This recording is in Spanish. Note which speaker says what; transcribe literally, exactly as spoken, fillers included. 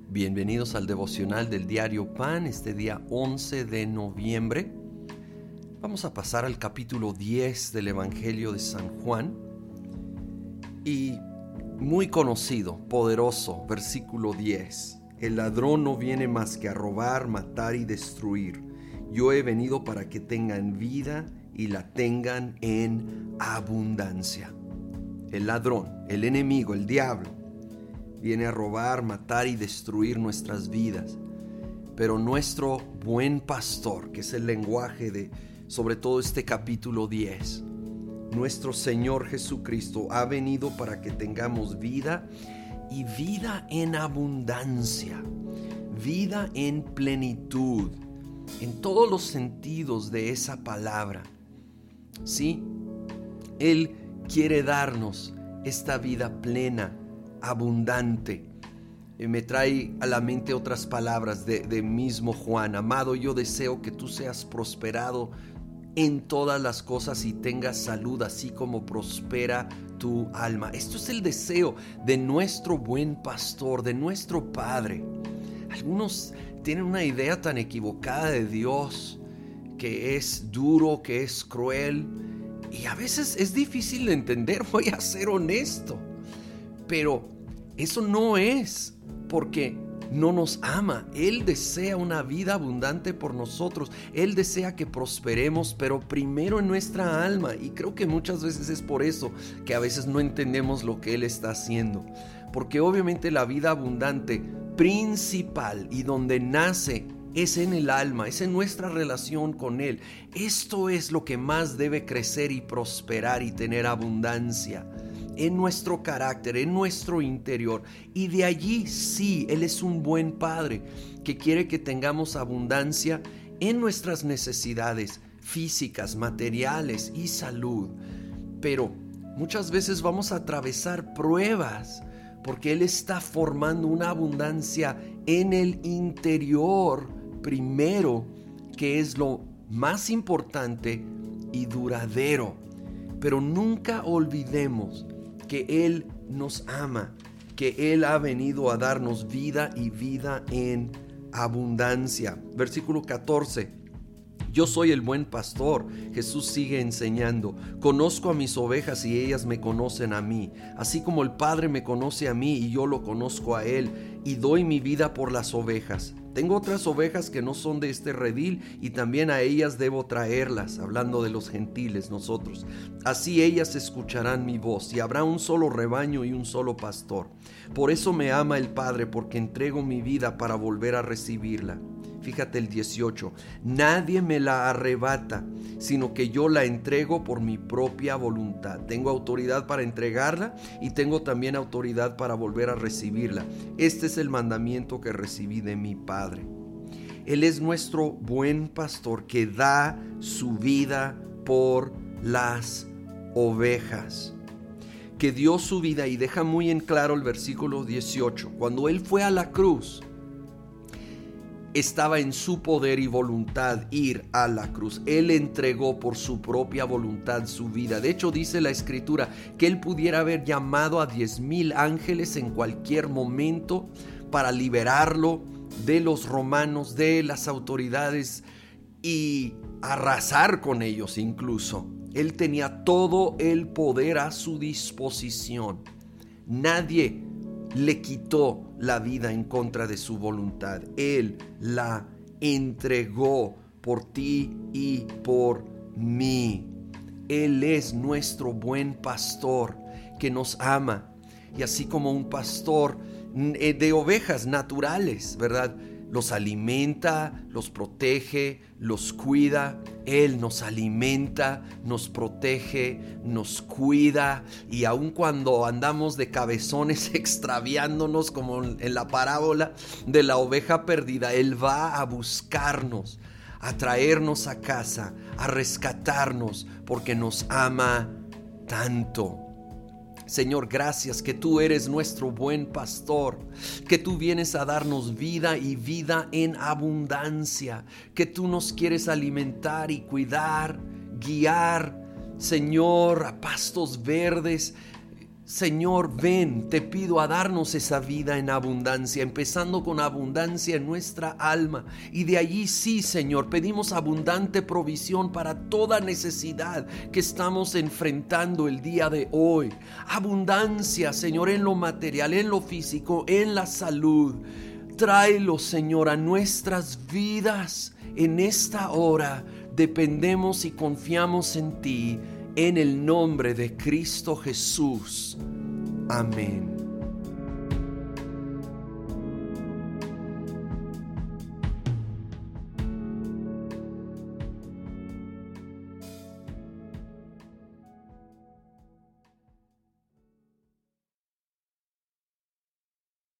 Speaker 1: Bienvenidos al devocional del diario Pan, este día once de noviembre. Vamos a pasar al capítulo diez del Evangelio de San Juan. Y muy conocido, poderoso, versículo diez. El ladrón no viene más que a robar, matar y destruir. Yo he venido para que tengan vida y la tengan en abundancia. El ladrón, el enemigo, el diablo, viene a robar, matar y destruir nuestras vidas. Pero nuestro buen pastor, que es el lenguaje de sobre todo este capítulo diez, nuestro Señor Jesucristo ha venido para que tengamos vida y vida en abundancia, vida en plenitud, en todos los sentidos de esa palabra. Sí, Él quiere darnos esta vida plena, abundante. Eh, me trae a la mente otras palabras de, de mismo Juan. Amado, yo deseo que tú seas prosperado en todas las cosas y tengas salud, así como prospera tu alma. Esto es el deseo de nuestro buen pastor, de nuestro Padre. Algunos tienen una idea tan equivocada de Dios, que es duro, que es cruel, y a veces es difícil de entender, voy a ser honesto. Pero eso no es porque no nos ama. Él desea una vida abundante por nosotros. Él desea que prosperemos, pero primero en nuestra alma. Y creo que muchas veces es por eso que a veces no entendemos lo que Él está haciendo. Porque obviamente la vida abundante principal y donde nace es en el alma, es en nuestra relación con Él. Esto es lo que más debe crecer y prosperar y tener abundancia. En nuestro carácter, en nuestro interior. Y de allí sí, Él es un buen Padre que quiere que tengamos abundancia en nuestras necesidades físicas, materiales y salud. Pero muchas veces vamos a atravesar pruebas porque Él está formando una abundancia en el interior primero, que es lo más importante y duradero. Pero nunca olvidemos que Él nos ama, que Él ha venido a darnos vida y vida en abundancia. Versículo catorce. Yo soy el buen pastor. Jesús sigue enseñando. Conozco a mis ovejas y ellas me conocen a mí. Así como el Padre me conoce a mí y yo lo conozco a Él, y doy mi vida por las ovejas. Tengo otras ovejas que no son de este redil y también a ellas debo traerlas, hablando de los gentiles nosotros. Así ellas escucharán mi voz y habrá un solo rebaño y un solo pastor. Por eso me ama el Padre, porque entrego mi vida para volver a recibirla. Fíjate el dieciocho. Nadie me la arrebata, sino que yo la entrego por mi propia voluntad. Tengo autoridad para entregarla y tengo también autoridad para volver a recibirla. Este es el mandamiento que recibí de mi Padre. Él es nuestro buen pastor que da su vida por las ovejas, que dio su vida, y deja muy en claro el versículo dieciocho. Cuando Él fue a la cruz, estaba en su poder y voluntad ir a la cruz. Él entregó por su propia voluntad su vida. De hecho, dice la Escritura que Él pudiera haber llamado a diez mil ángeles en cualquier momento para liberarlo de los romanos, de las autoridades, y arrasar con ellos incluso. Él tenía todo el poder a su disposición. Nadie le quitó la vida en contra de su voluntad. Él la entregó por ti y por mí. Él es nuestro buen pastor que nos ama. Y así como un pastor de ovejas naturales, ¿verdad? Los alimenta, los protege, los cuida. Él nos alimenta, nos protege, nos cuida. Y aun cuando andamos de cabezones extraviándonos, como en la parábola de la oveja perdida, Él va a buscarnos, a traernos a casa, a rescatarnos, porque nos ama tanto. Señor, gracias que tú eres nuestro buen pastor, que tú vienes a darnos vida y vida en abundancia, que tú nos quieres alimentar y cuidar, guiar, Señor, a pastos verdes, Señor, ven, te pido a darnos esa vida en abundancia, empezando con abundancia en nuestra alma. Y de allí sí, Señor, pedimos abundante provisión para toda necesidad que estamos enfrentando el día de hoy. Abundancia, Señor, en lo material, en lo físico, en la salud. Tráelo, Señor, a nuestras vidas en esta hora. Dependemos y confiamos en ti. En el nombre de Cristo Jesús. Amén.